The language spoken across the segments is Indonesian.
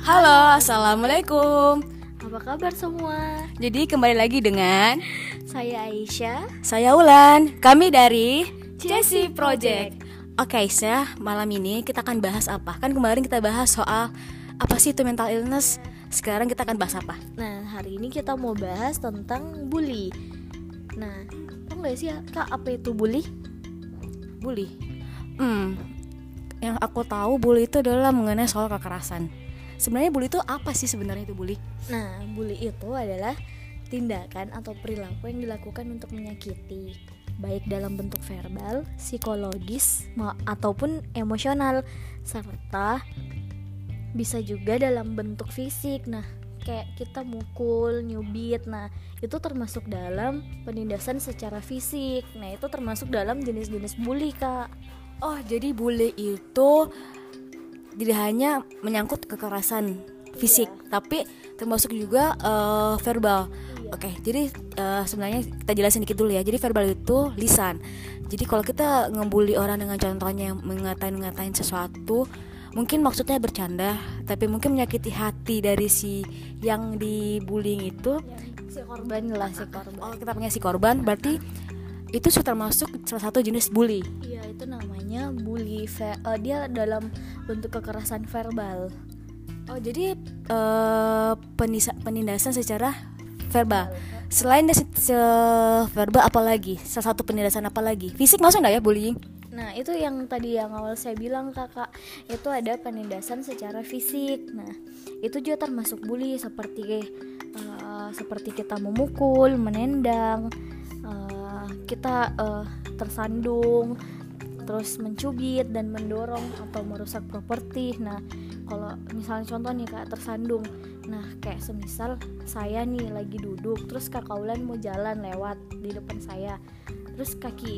Halo, assalamualaikum. Apa kabar semua? Jadi kembali lagi dengan Saya Aisyah. saya Ulan. Kami dari Jesse Project. Oke Aisyah, malam ini kita akan bahas apa? Kan kemarin kita bahas soal apa sih itu mental illness. Sekarang kita akan bahas apa? Nah, hari ini kita mau bahas tentang bully. Nah, tau gak sih Kak, apa itu bully? Bully. Yang aku tahu bully itu adalah mengenai soal kekerasan. Sebenarnya bully itu apa sih sebenarnya itu bully? Nah, bully itu adalah tindakan atau perilaku yang dilakukan untuk menyakiti, baik dalam bentuk verbal, psikologis, ataupun emosional, serta bisa juga dalam bentuk fisik. Nah, kayak kita mukul, nyubit. Nah, itu termasuk dalam penindasan secara fisik. Nah, itu termasuk dalam jenis-jenis bully, Kak. Oh, jadi bully itu tidak hanya menyangkut kekerasan fisik, tapi termasuk juga verbal. Oke, jadi sebenarnya kita jelasin dikit dulu ya. Jadi verbal itu lisan. Jadi kalau kita ngebully orang dengan contohnya ngatain sesuatu, mungkin maksudnya bercanda, tapi mungkin menyakiti hati dari si yang dibullying itu. Si korban lah, si korban. Oh, kita punya si korban, berarti itu sudah termasuk salah satu jenis bully. Iya, itu namanya bully. Dia dalam bentuk kekerasan verbal. Oh, jadi penindasan secara verbal. Selain dari verbal apa lagi? Salah satu penindasan apa lagi? Fisik masuk nggak ya bullying? Nah, itu yang tadi yang awal saya bilang, Kakak. Itu ada penindasan secara fisik. Nah, itu juga termasuk bully, seperti kita memukul, menendang, kita tersandung, terus mencubit dan mendorong atau merusak properti. Nah, kalau misalnya contoh nih Kak, tersandung. Nah, kayak semisal saya nih lagi duduk, terus Kak Kaulan mau jalan lewat di depan saya. Terus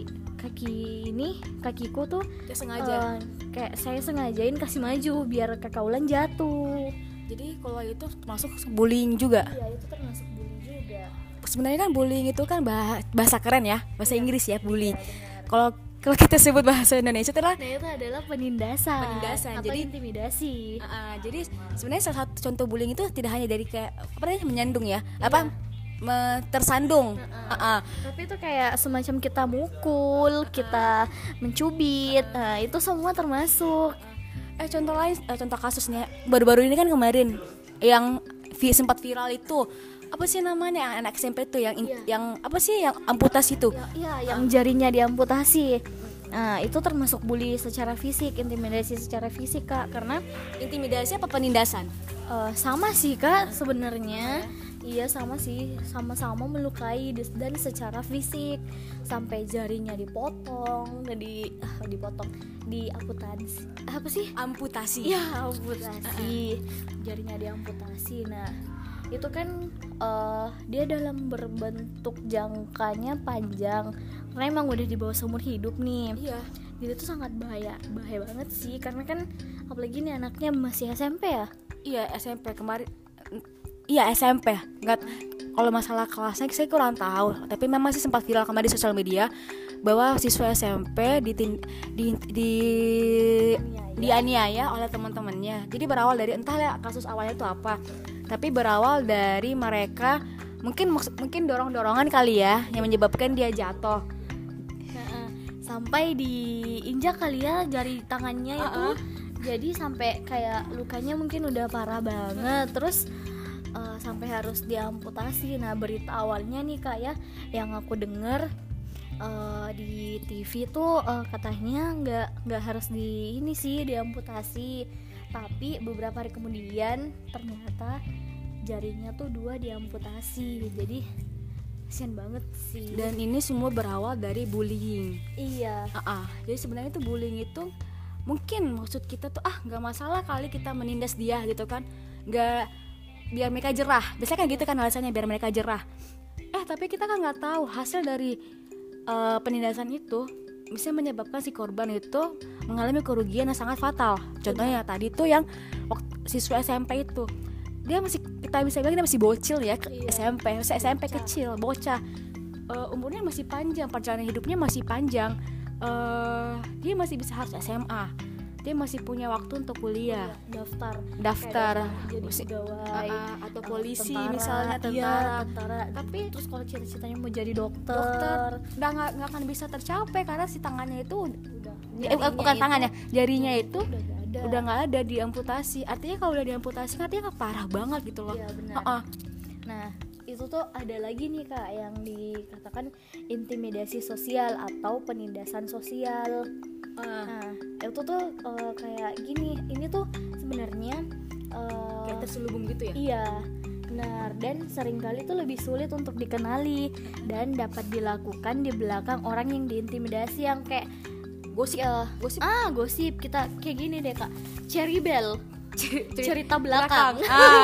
kakiku tuh Sengaja. kayak saya sengajain kasih maju biar Kak Kaulan jatuh. Jadi kalau itu termasuk bullying juga. Iya, itu termasuk bully juga. Sebenarnya kan bullying itu kan bahasa keren ya, bahasa Inggris ya bully. Benar. Kalau kita sebut bahasa Indonesia itulah Nah, itu adalah penindasan atau jadi intimidasi. jadi sebenarnya salah satu contoh bullying itu tidak hanya dari kayak apa namanya menyandung ya, tersandung. Tapi itu kayak semacam kita mukul, kita mencubit. Nah, itu semua termasuk. Contoh lain, contoh kasusnya baru-baru ini kan kemarin yang sempat viral itu apa sih namanya anak SMP itu yang apa sih yang amputasi itu? Iya, yang jarinya diamputasi. Nah, itu termasuk bully secara fisik, intimidasi secara fisik, Kak. Karena Intimidasi apa penindasan? sama sih, Kak, sebenarnya. Iya, sama sih, sama-sama melukai dan secara fisik, sampai jarinya dipotong, diamputasi. Apa sih? Amputasi. Ya, amputasi. Jarinya diamputasi. Nah, itu kan dia dalam berbentuk jangkanya panjang, karena emang udah di bawah seumur hidup nih. Iya. Jadi itu sangat bahaya banget sih, karena kan apalagi nih anaknya masih SMP ya. Iya, SMP kemarin. Iya, SMP. Enggak, kalau masalah kelasnya saya kurang tahu, tapi memang sih sempat viral kemarin di sosial media bahwa siswa SMP dianiaya oleh teman-temannya. Jadi berawal dari entah ya kasus awalnya itu apa, tapi berawal dari mereka mungkin dorong-dorongan kali ya yang menyebabkan dia jatuh. Sampai diinjak kali ya jari tangannya itu. Jadi sampai kayak lukanya mungkin udah parah banget. Terus sampai harus diamputasi. Nah, berita awalnya nih Kak ya, yang aku denger di TV tuh katanya nggak harus diamputasi, tapi beberapa hari kemudian ternyata jarinya tuh 2 diamputasi. Jadi kasian banget sih. Dan ini semua berawal dari bullying. Iya. Jadi sebenarnya itu bullying itu mungkin maksud kita tuh nggak masalah kali kita menindas dia gitu kan, nggak biar mereka jerah. Biasanya kan gitu kan alasannya, biar mereka jerah. Tapi kita kan nggak tahu hasil dari penindasan itu bisa menyebabkan si korban itu mengalami kerugian yang sangat fatal. Contohnya tadi tuh yang siswa SMP itu, kita bisa bilang dia masih bocil ya. SMP kecil, bocah, umurnya masih panjang, perjalanan hidupnya masih panjang. Dia masih bisa harus SMA. dia masih punya waktu untuk kuliah, daftar daftar jadi pegawai atau polisi tentara, misalnya, tentara. Tapi terus kalau cita-citanya mau jadi dokter dokter nggak akan bisa tercapai karena si tangannya itu udah tangannya, jarinya itu udah udah nggak ada, diamputasi. Artinya kalau udah diamputasi kan artinya parah banget gitu loh. Iya, benar. Nah itu tuh ada lagi nih Kak yang dikatakan intimidasi sosial atau penindasan sosial. Nah itu tuh kayak gini, ini tuh sebenarnya kayak terselubung gitu ya. Iya benar, dan seringkali tuh lebih sulit untuk dikenali dan dapat dilakukan di belakang orang yang diintimidasi, yang kayak gosip kita kayak gini deh Kak, cherry bell, cerita belakang.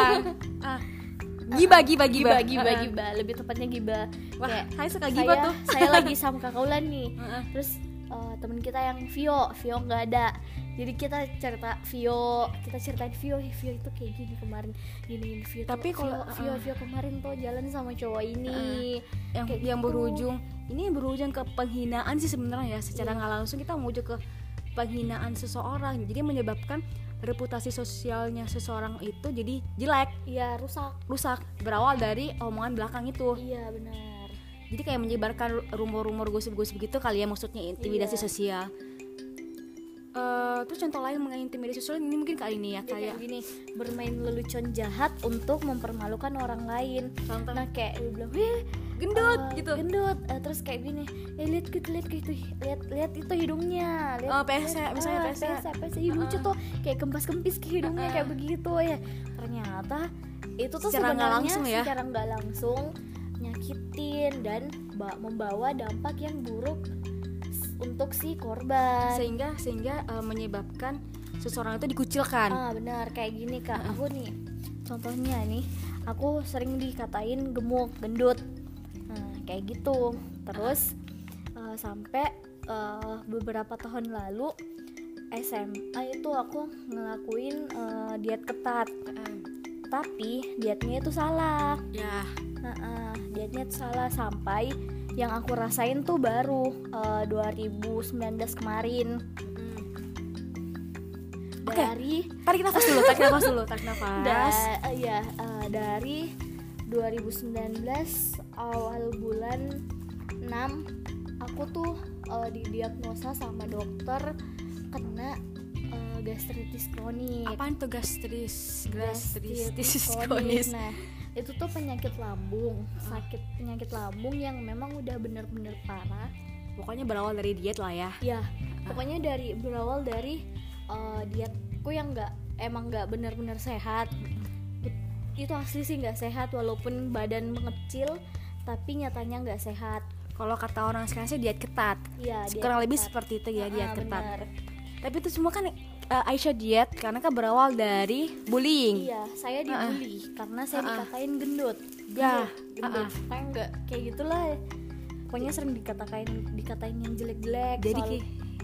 Giba lebih tepatnya giba. Wah, kayak saya suka giba tuh. Saya lagi sama Kak Kaulan nih. Terus temen kita yang Vio nggak ada, jadi kita ceritain Vio itu kayak gini kemarin, gini Vio. Tapi kalau Vio kemarin tuh jalan sama cowok ini, yang berujung ke penghinaan sih sebenarnya ya, secara nggak langsung kita menuju ke penghinaan seseorang, jadi menyebabkan reputasi sosialnya seseorang itu jadi jelek. Iya, rusak berawal dari omongan belakang itu. Iya benar. Jadi kayak menyebarkan rumor-rumor gosip-gosip gitu kali ya, maksudnya intimidasi sosial. Terus contoh lain mengenai intimidasi sosial ini mungkin kali ini ya, kayak gini, bermain lelucon jahat untuk mempermalukan orang lain. Contoh. Nah kayak lu bilang, gendut gitu. Terus kayak gini, lihat itu hidungnya, misalnya lucu tuh, kayak kempis ke hidungnya kayak begitu ya. Ternyata itu tuh secara sebenarnya secara nggak langsung nyakitin dan membawa dampak yang buruk untuk si korban, sehingga menyebabkan seseorang itu dikucilkan. Benar, kayak gini Kak. Aku nih contohnya nih, aku sering dikatain gemuk, gendut, kayak gitu. Terus sampai beberapa tahun lalu SMA itu aku ngelakuin diet ketat, tapi dietnya itu salah ya. Dietnya itu salah sampai yang aku rasain tuh baru 2019 kemarin. Dari tarik nafas dulu. Dari 2019 awal bulan 6 aku tuh didiagnosa sama dokter kena gastritis kronik. Apaan tuh gastritis kronis? Nah itu tuh penyakit lambung, penyakit lambung yang memang udah bener-bener parah. Pokoknya berawal dari diet lah ya. Ya, pokoknya berawal dari dietku yang emang nggak bener-bener sehat. Itu asli sih nggak sehat, walaupun badan mengecil, tapi nyatanya nggak sehat. Kalau kata orang sekarang sih diet ketat. Ya, kurang lebih seperti itu ya, diet ketat. Bener. Tapi itu semua kan Aisyah diet karena kan berawal dari bullying. Iya, saya dibully karena saya dikatain gendut. Gendut. Kayak enggak kayak gitulah. Pokoknya sering dikatain yang jelek-jelek. Jadi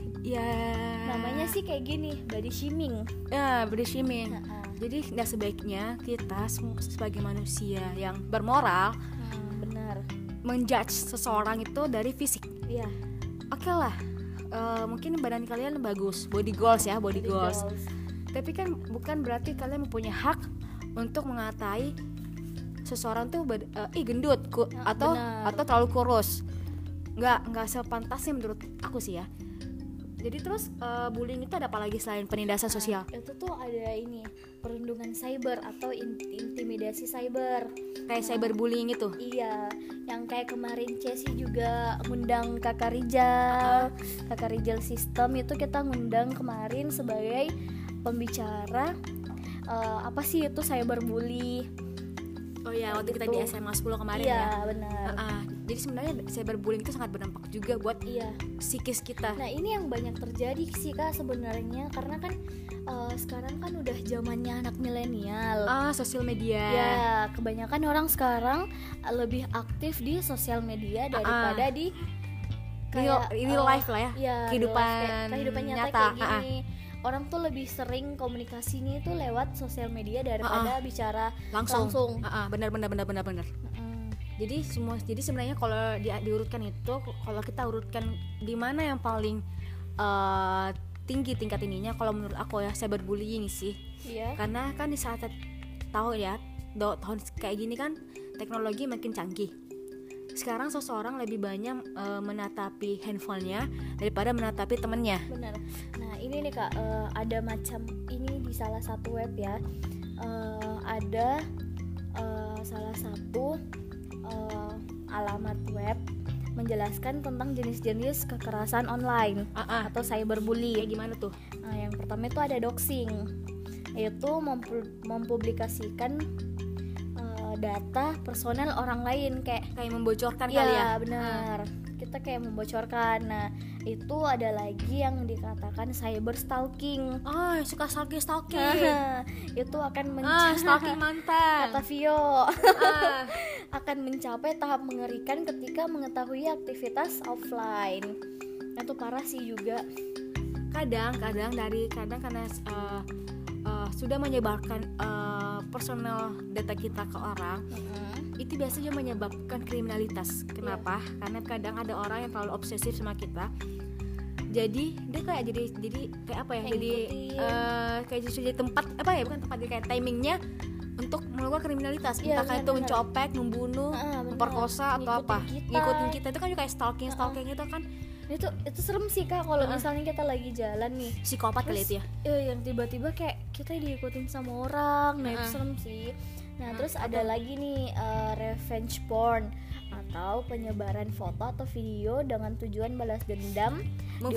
namanya sih kayak gini, body shaming. Body shaming. Jadi nggak sebaiknya kita sebagai manusia yang bermoral benar menjudge seseorang itu dari fisik. Iya. Oke lah. Mungkin badan kalian bagus, body goals. Tapi kan bukan berarti kalian mempunyai hak untuk mengatai seseorang tuh gendut atau terlalu kurus. Nggak sepantasnya menurut aku sih ya. Jadi terus bullying itu ada apa lagi selain penindasan sosial? Itu tuh ada perundungan cyber atau intimidasi cyber. Kayak cyberbullying itu? Iya, yang kayak kemarin Cesi juga ngundang Kakak Rijal, Kakak Rijal System itu kita ngundang kemarin sebagai pembicara apa sih itu cyberbully. Oh ya, waktu kita di SMA 10 kemarin ya. Iya, benar. Jadi sebenarnya cyberbullying itu sangat berdampak juga buat psikis kita. Nah, ini yang banyak terjadi sih Kak sebenarnya, karena kan sekarang kan udah zamannya anak milenial. Sosial media. Ya, kebanyakan orang sekarang lebih aktif di sosial media daripada di kayak real life lah ya. Kehidupan nyata kayak gini. Orang tuh lebih sering komunikasinya itu lewat sosial media daripada bicara langsung. Benar. Jadi sebenarnya kalau diurutkan itu, kalau kita urutkan di mana yang paling tinggi tingkat ininya kalau menurut aku ya, cyberbullying sih. Iya. Karena kan di saat tahu ya, tahun kayak gini kan teknologi makin canggih. Sekarang seseorang lebih banyak menatapi handphonenya daripada menatapi temennya. Benar. Nah ini nih Kak, ada macam ini di salah satu web ya, ada salah satu alamat web menjelaskan tentang jenis-jenis kekerasan online atau cyberbully. Kayak gimana tuh? Nah, yang pertama itu ada doxing, yaitu mempublikasikan data personel orang lain, kayak membocorkan kali ya. Benar. Kita kayak membocorkan. Nah, itu ada lagi yang dikatakan cyber stalking. Suka stalking. Itu akan stalking mantan. Kata Vio. Akan mencapai tahap mengerikan ketika mengetahui aktivitas offline. Itu parah sih juga. Kadang karena sudah menyebarkan personal data kita ke orang, itu biasanya menyebabkan kriminalitas. Kenapa? Karena kadang ada orang yang terlalu obsesif sama kita. Jadi dia kayak jadi kayak apa ya? Jadi kayak jadi tempat apa ya? Bukan tempat, kayak timingnya untuk melakukan kriminalitas. Entah itu mencopet, membunuh, memperkosa atau apa. Ngikutin kita itu kan juga kayak stalking itu kan. Itu serem sih Kak, kalau misalnya kita lagi jalan nih, psikopat kali itu ya. Yang tiba-tiba kayak kita diikutin sama orang. Nah itu serem sih. Nah terus ada lagi nih revenge porn, atau penyebaran foto atau video dengan tujuan balas dendam,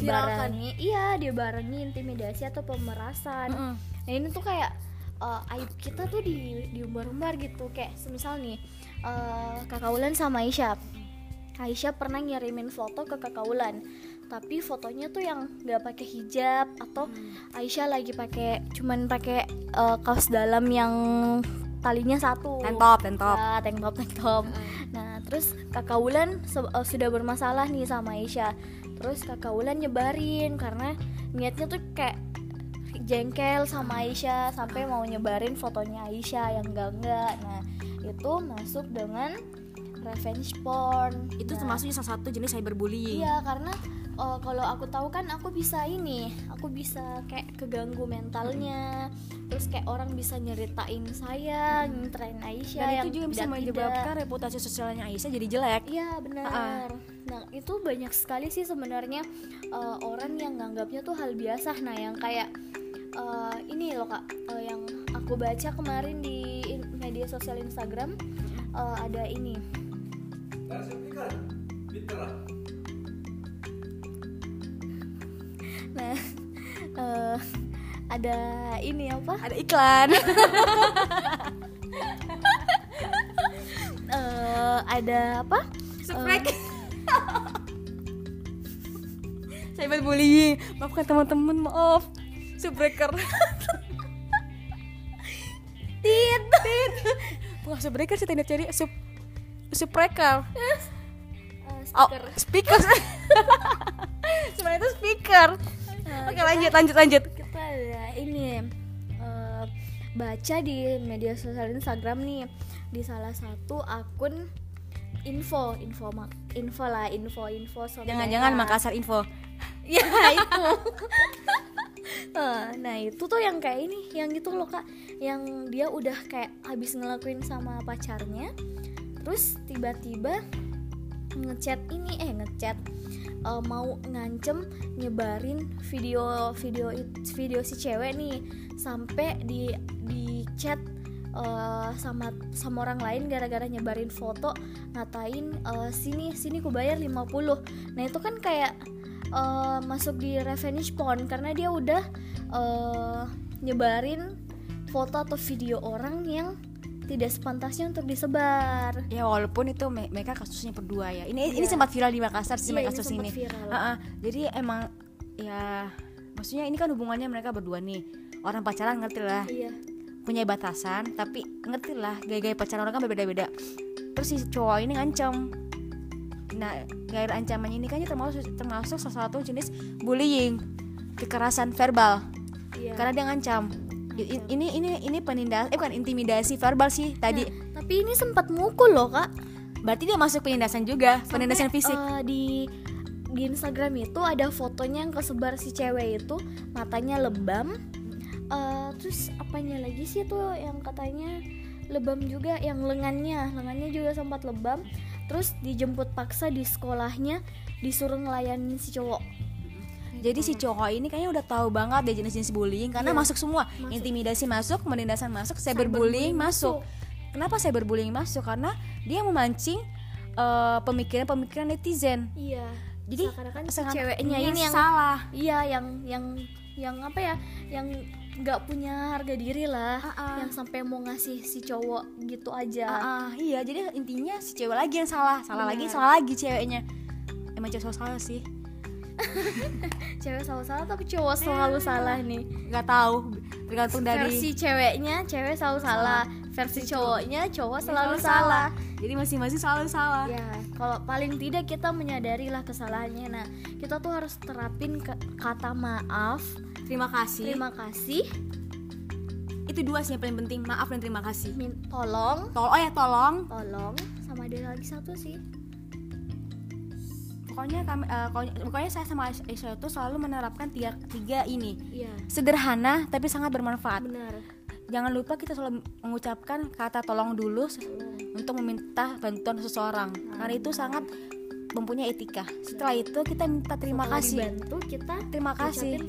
dibarengi intimidasi atau pemerasan. Nah ini tuh kayak aib kita tuh diumbar-umbar gitu. Kayak semisal nih Kakak Ulan sama Aisyah pernah ngirimin foto ke Kakak Ulan, tapi fotonya tuh yang nggak pakai hijab, atau Aisyah lagi cuman pakai kaos dalam yang talinya satu, tank top. Nah terus Kakak Ulan sudah bermasalah nih sama Aisyah, terus Kakak Ulan nyebarin karena niatnya tuh kayak jengkel sama Aisyah sampai mau nyebarin fotonya Aisyah yang enggak. Nah itu masuk dengan revenge porn. Itu termasuk salah satu jenis cyberbullying. Iya, karena kalau aku tahu kan aku bisa kayak keganggu mentalnya. Terus kayak orang bisa nyeritain saya, nyeritain Aisyah, dan itu juga bisa menyebabkan reputasi sosialnya Aisyah jadi jelek. Iya, benar. Nah, itu banyak sekali sih sebenarnya orang yang nganggapnya tuh hal biasa. Nah, yang kayak ini loh Kak, yang aku baca kemarin di media sosial Instagram, ada ini. Nah, ada ini apa? Ada iklan. Ada apa? Cyberbullying. Maafkan teman-teman, maaf. Subbreaker. Tit. Bukan subbreaker sih, tidak cari subbreaker. Speaker. Sebenarnya itu speaker. Oke, lanjut. Kita ada ini baca di media sosial Instagram nih, di salah satu akun info jangan Makassar info. Ya itu. Nah itu tuh yang kayak ini, yang itu loh Kak, yang dia udah kayak habis ngelakuin sama pacarnya, terus tiba-tiba ngechat mau ngancem nyebarin video si cewek nih, sampai di chat sama orang lain gara-gara nyebarin foto, ngatain sini ku bayar 50. Nah itu kan kayak masuk di revenge porn, karena dia udah nyebarin foto atau video orang yang tidak sepantasnya untuk disebar. Ya walaupun itu mereka kasusnya berdua ya. Ini sempat viral di Makassar sih kasus ini. Jadi emang ya, maksudnya ini kan hubungannya mereka berdua nih. Orang pacaran ngerti lah. Iya. Punya batasan, tapi ngerti lah gaya-gaya pacaran orang kan berbeda-beda. Terus si cowok ini ngancam. Nah, gaya ancamannya ini kan termasuk salah satu jenis bullying, kekerasan verbal. Iya. Karena dia ngancam. Ini bukan intimidasi verbal sih tadi. Nah, tapi ini sempat mukul loh Kak. Berarti dia masuk penindasan juga, penindasan fisik. di Instagram itu ada fotonya yang kesebar si cewek itu matanya lebam. Terus apanya lagi sih tuh yang katanya lebam juga, yang lengannya juga sempat lebam. Terus dijemput paksa di sekolahnya, disuruh ngelayanin si cowok. Jadi si cowok ini kayaknya udah tahu banget deh jenis-jenis bullying karena masuk semua. Intimidasi masuk, penindasan masuk, cyberbullying masuk. Kenapa cyberbullying masuk? Karena dia memancing pemikiran netizen. Iya. Jadi si ceweknya ini yang salah. Iya, yang apa ya? Yang nggak punya harga diri lah, yang sampai mau ngasih si cowok gitu aja. Iya, jadi intinya si cewek lagi yang salah lagi ceweknya. Emang cewek salah sih. Cewek selalu salah tapi cowok selalu salah nih. Nggak tahu, tergantung dari versi ceweknya, cewek selalu salah. Versi cowoknya, cowok selalu salah. Jadi masing-masing selalu salah. Ya, kalau paling tidak kita menyadari lah kesalahannya. Nah, kita tuh harus terapin kata maaf, terima kasih. Itu dua sih yang paling penting, maaf dan terima kasih. Tolong. Tolong. Sama ada lagi satu sih. Pokoknya saya sama Aisyah itu selalu menerapkan tiga ini. Iya. Sederhana tapi sangat bermanfaat. Benar. Jangan lupa kita selalu mengucapkan kata tolong dulu untuk meminta bantuan seseorang. Karena itu sangat mempunyai etika. Setelah itu kita minta terima kasih. Dibantu kita terima kasih.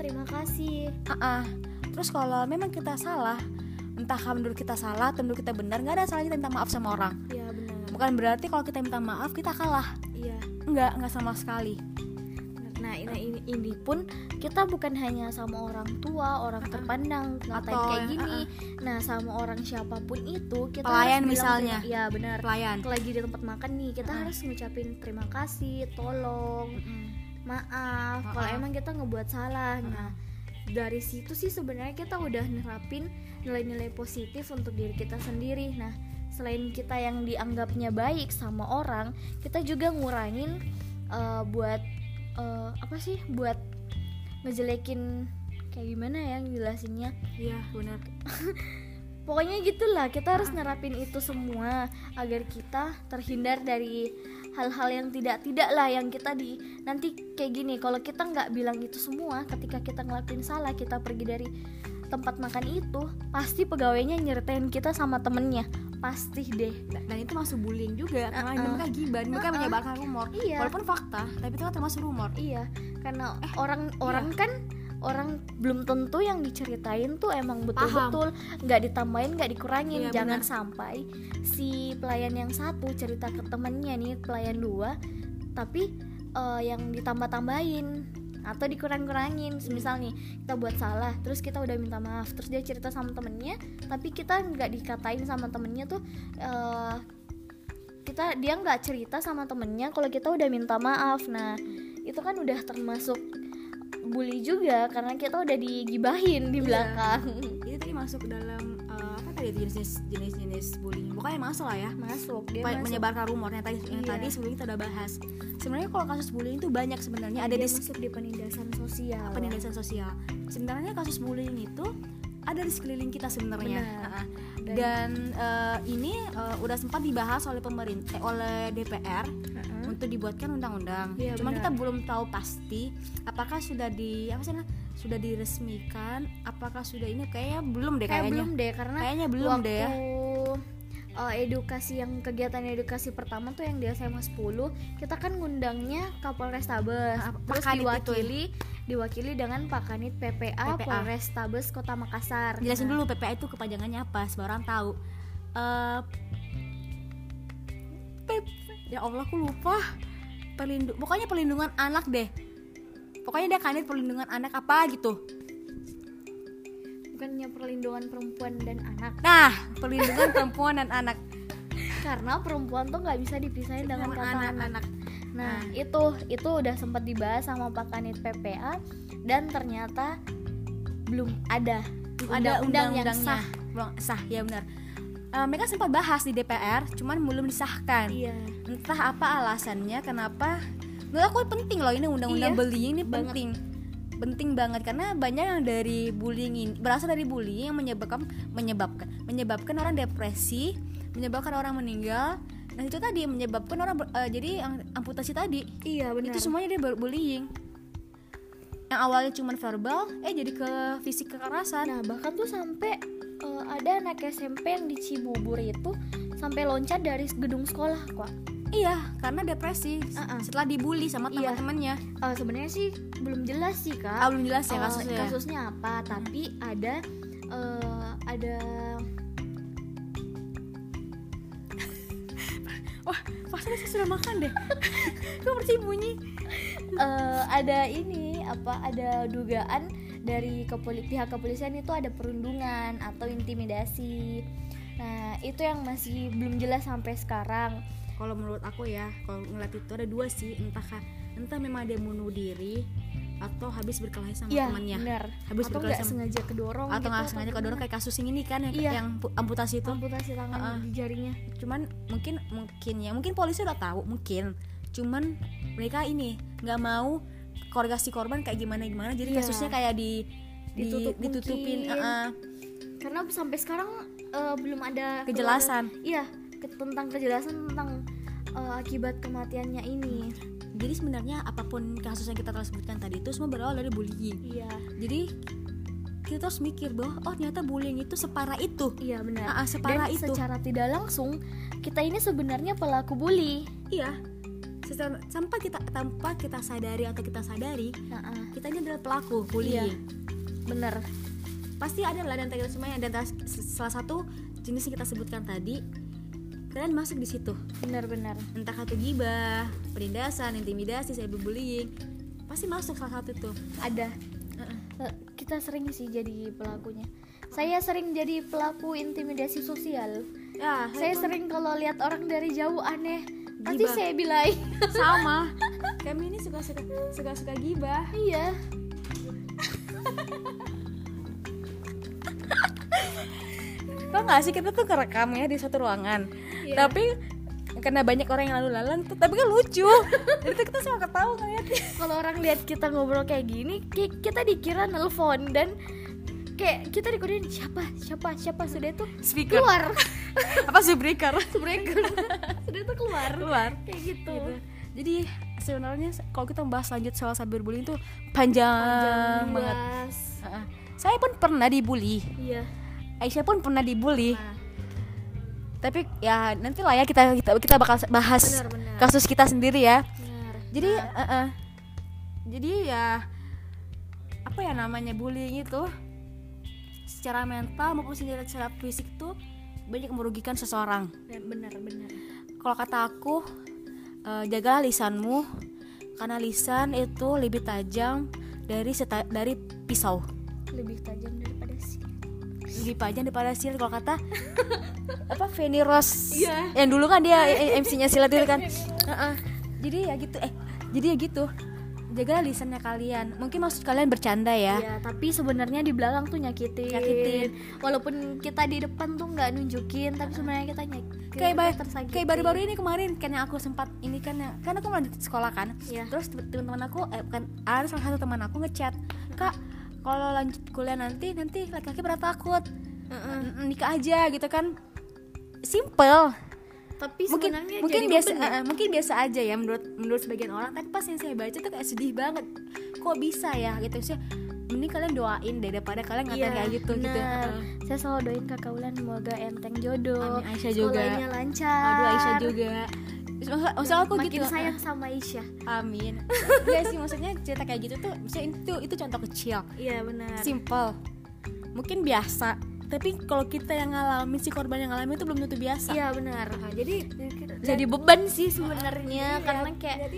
Terus kalau memang kita salah, entah menurut kita salah atau menurut kita benar, nggak ada salahnya kita minta maaf sama orang. Iya, benar. Bukan berarti kalau kita minta maaf kita kalah. Iya. Enggak sama sekali. Nah, ini pun kita bukan hanya sama orang tua, orang terpandang ngatain kayak gini. Nah, sama orang siapapun itu kita pelayan harus misalnya. Iya, benar. Pelayan. Lagi di tempat makan nih, kita harus ngucapin terima kasih, tolong, maaf. Kalau emang kita ngebuat salah. Nah, dari situ sih sebenarnya kita udah nerapin nilai-nilai positif untuk diri kita sendiri. Nah, selain kita yang dianggapnya baik sama orang, kita juga ngurangin buat buat ngejelekin, kayak gimana ya ngejelasinnya. Iya, benar. Pokoknya gitulah, kita harus nerapin itu semua agar kita terhindar dari hal-hal yang tidak lah, yang kita nanti kayak gini. Kalau kita nggak bilang itu semua, ketika kita ngelakuin salah, kita pergi dari tempat makan itu, pasti pegawainya nyeritain kita sama temennya, pasti deh. Dan itu masuk bullying juga, karena mereka gibah, mereka menyebarkan rumor. Iya. Walaupun fakta, tapi itu kan termasuk rumor. Iya, karena orang kan orang belum tentu yang diceritain tuh emang betul-betul, nggak ditambahin, nggak dikurangin. Iya, jangan benar. sampai si pelayan yang satu cerita ke temennya nih, pelayan 2, tapi yang ditambah-tambahin atau dikurang-kurangin. Misal nih kita buat salah, terus kita udah minta maaf, terus dia cerita sama temennya, tapi kita nggak dikatain sama temennya tuh, dia nggak cerita sama temennya kalau kita udah minta maaf. Nah, itu kan udah termasuk bully juga, karena kita udah digibahin di belakang. Itu tadi masuk dalam apa tadi itu jenis bullying. Pokoknya masuk lah ya. Masuk. Menyebarkan rumor yang tadi sebelum kita udah bahas. Sebenarnya kalau kasus bullying itu banyak sebenarnya. Ada masuk di penindasan sosial. Sebenarnya kasus bullying itu ada di sekeliling kita sebenarnya. Dan ini udah sempat dibahas oleh pemerintah, oleh DPR untuk dibuatkan undang-undang. Cuma kita belum tahu pasti apakah sudah diresmikan, apakah sudah ini kayaknya belum deh kayaknya belum deh ya. Kegiatan edukasi pertama tuh yang di SMA 10, kita kan ngundangnya Kapolrestabes, terus diwakili dengan Pak Kanit PPA Polrestabes Kota Makassar. Jelasin dulu PPA itu kepanjangannya apa, semua orang tahu. Ya Allah, aku lupa. Pokoknya perlindungan anak deh. Pokoknya dia Kanit perlindungan anak apa gitu. Bukannya perlindungan perempuan dan anak. Nah, perlindungan perempuan dan anak. Karena perempuan tuh nggak bisa dipisahin dengan kata anak. Nah, itu udah sempat dibahas sama Pak Kanit PPA, dan ternyata belum ada undang-undang yang sah. Belum sah, ya benar. Mereka sempat bahas di DPR, cuman belum disahkan. Iya. Entah apa alasannya, kenapa. Menurut aku penting loh ini undang-undang bullying ini penting banget, karena banyak yang dari bullying ini berasal dari bullying yang menyebabkan orang depresi, menyebabkan orang meninggal, Nah itu tadi menyebabkan orang jadi amputasi tadi. Iya benar. Itu semuanya dia bullying. Yang awalnya cuma verbal, jadi ke fisik, kekerasan. Nah bahkan tuh sampai ada anak SMP yang di Cibubur itu sampai loncat dari gedung sekolah kok. Iya, karena depresi setelah dibully sama teman-temannya. Sebenarnya sih belum jelas sih Kak. Belum jelas ya kasusnya. Kasusnya apa? Tapi ada Wah, pasti saya sudah makan deh. Kok bersih bunyi? Ada ini ada dugaan dari pihak kepolisian itu ada perundungan atau intimidasi. Nah, itu yang masih belum jelas sampai sekarang. Kalau menurut aku ya, kalau ngeliat itu ada dua sih, entah memang dia bunuh diri atau habis berkelahi sama temannya. Bener. Habis atau nggak sengaja kedorong atau nggak sengaja kedorong kayak kasus ini kan yang amputasi itu. Amputasi tangan di jarinya. Cuman mungkin polisi udah tahu mungkin. Cuman mereka ini nggak mau keluarga si korban kayak gimana jadi kasusnya kayak ditutupin. Karena sampai sekarang belum ada kejelasan. Tentang kejelasan tentang akibat kematiannya ini. Jadi sebenarnya apapun kasus yang kita telah sebutkan tadi itu semua berawal dari bullying. Iya. Jadi kita harus mikir bahwa ternyata bullying itu separah itu. Iya benar. Separah Dan itu. Secara tidak langsung kita ini sebenarnya pelaku bully. Iya. Tanpa kita sadari atau kita sadari, kita ini adalah pelaku bullying. Iya. Benar. Pasti ada lah dan kita semuanya, dan salah satu jenis yang kita sebutkan tadi kalian masuk di situ. Benar. Entah itu gibah, penindasan, intimidasi, cyberbullying, pasti masuk salah satu tuh. Ada. Kita sering sih jadi pelakunya. Saya sering jadi pelaku intimidasi sosial. Saya sering kalau lihat orang dari jauh aneh, pasti saya bilai. Sama. Kami ini suka gibah. Iya. Tau gak sih, kita tuh kerekam ya di satu ruangan, tapi karena banyak orang yang lalu lalang tuh, tapi kan lucu. Jadi kita suka ketawa ngeliatnya. Kalau orang lihat kita ngobrol kayak gini, kita dikira nelfon dan kayak kita dikodein siapa sudah itu speaker keluar. Apa breaker sudah itu keluar kayak gitu. Jadi sebenarnya kalau kita membahas lanjut soal cyberbullying itu panjang banget. Saya pun pernah dibully. Iya. Aisyah pun pernah dibully. Tapi ya nanti lah ya kita bakal bahas kasus kita sendiri ya. Jadi jadi ya apa ya namanya, bullying itu secara mental maupun secara fisik tuh banyak merugikan seseorang. Benar. Kalau kata aku, jagalah lisanmu, karena lisan itu lebih tajam dari pisau. Lebih tajam daripada sil. Kalau kata Feni Rose yang dulu kan dia MC-nya silat itu kan. Jadi ya gitu. Jagalah lisannya kalian. Mungkin maksud kalian bercanda ya. Iya, tapi sebenarnya di belakang tuh nyakitin. Walaupun kita di depan tuh nggak nunjukin, tapi sebenarnya kita kayak baru-baru ini kemarin kan yang aku sempat ini kan aku lanjut sekolah kan. Terus teman-teman aku ada salah satu teman aku ngechat, "Kak, kalau lanjut kuliah nanti laki-laki pada takut, nikah aja," gitu kan. Simple. Tapi mungkin biasa aja ya menurut sebagian orang, tapi pas yang saya baca tuh kayak sedih banget. Kok bisa ya gitu sih. Mending kalian doain daripada kalian ngatain kayak gitu. Saya selalu doain Kakak Ulan semoga enteng jodoh. Amin, Aisyah juga. Sekolahnya lancar. Aduh, Aisyah juga. Maksud aku makin gitu. Makin sayang sama Aisyah. Amin. Iya sih, maksudnya cerita kayak gitu tuh itu contoh kecil. Iya benar. Simple. Mungkin biasa, tapi kalau kita yang ngalamin, si korban yang ngalamin itu belum tentu biasa. Iya benar. Jadi beban sih sebenarnya, karena kayak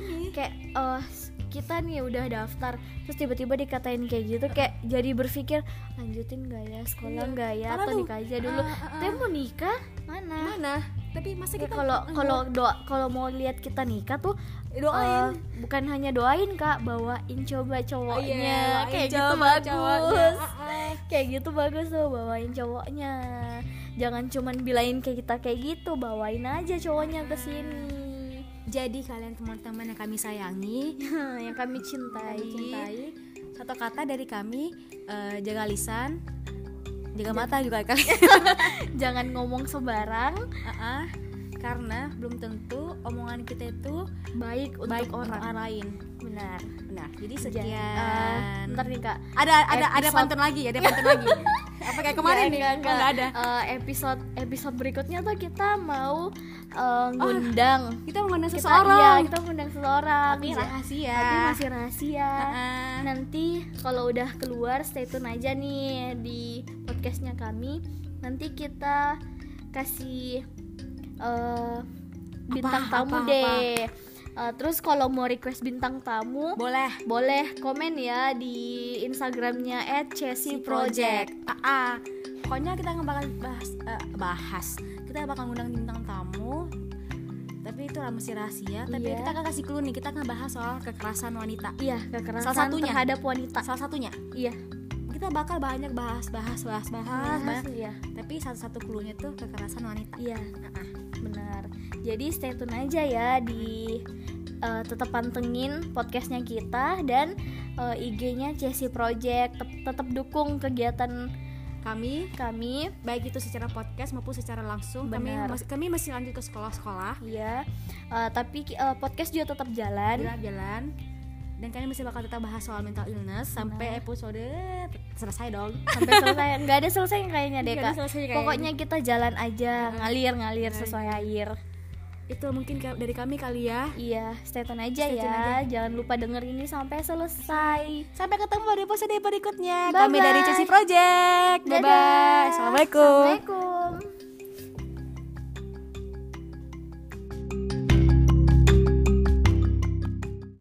kita nih udah daftar terus tiba-tiba dikatain kayak gitu, kayak jadi berpikir lanjutin nggak ya sekolah nggak ya, atau nikah aja dulu. Tapi mau nikah mana? Tapi masa kita kalau mau lihat kita nikah tuh doain, bukan hanya doain Kak, bawain coba cowoknya. Kayak gitu bagus. Kayak gitu bagus tuh, bawain cowoknya. Jangan cuman bilain kayak kita kayak gitu, bawain aja cowoknya ke sini. Jadi kalian teman-teman yang kami sayangi, yang kami cintai, satu kata dari kami, jaga lisan, jaga mata juga kali. Jangan ngomong sembarang. karena belum tentu omongan kita itu baik baik untuk untuk orang. orang lain. Benar. Jadi Jadi, sekian. bentar nih Kak. Ada episode- pantun lagi, ada pantun lagi. Apa kayak kemarin nih? Enggak ada. Episode berikutnya tuh kita mau ngundang Kita mengundang kita, seseorang. iya, kita ngundang seseorang. Tapi rahasia. Tapi masih rahasia. Heeh. Nanti kalau udah keluar stay tune aja nih di podcastnya kami. Nanti kita kasih bintang tamu apa. deh. Terus kalau mau request bintang tamu boleh komen ya di Instagramnya @chessy_project. Pokoknya kita nggak bakal bahas. Kita bakal ngundang bintang tamu. Tapi itu masih rahasia. Tapi Iya. kita akan kasih clue nih. Kita akan bahas soal kekerasan wanita. Iya, kekerasan Salah satunya. terhadap wanita. Salah satunya. Iya. Kita bakal banyak bahas banyak. Iya. Tapi satu clue-nya tuh kekerasan wanita. Iya. Benar. Jadi stay tune aja ya di tetap pantengin podcastnya kita dan IG-nya Chessy Project. Tetap dukung kegiatan Kami baik itu secara podcast maupun secara langsung. Benar. Kami masih lanjut ke sekolah-sekolah. Iya. Tapi podcast juga tetap jalan. Jalan. Dan kami masih bakal tetap bahas soal mental illness sampai episode selesai dong. Sampai selesai. Nggak ada selesai kayaknya deh Nggak ada Kak. selesai kayaknya. Pokoknya kita jalan aja, ngalir sesuai air. Itu mungkin dari kami kali ya. Iya, stay tune aja Stay tune ya. Jangan lupa denger ini sampai selesai. Sampai ketemu di episode berikutnya. Bye-bye. Kami dari Chessy Project. Bye Dadah. bye. Assalamualaikum. Assalamualaikum.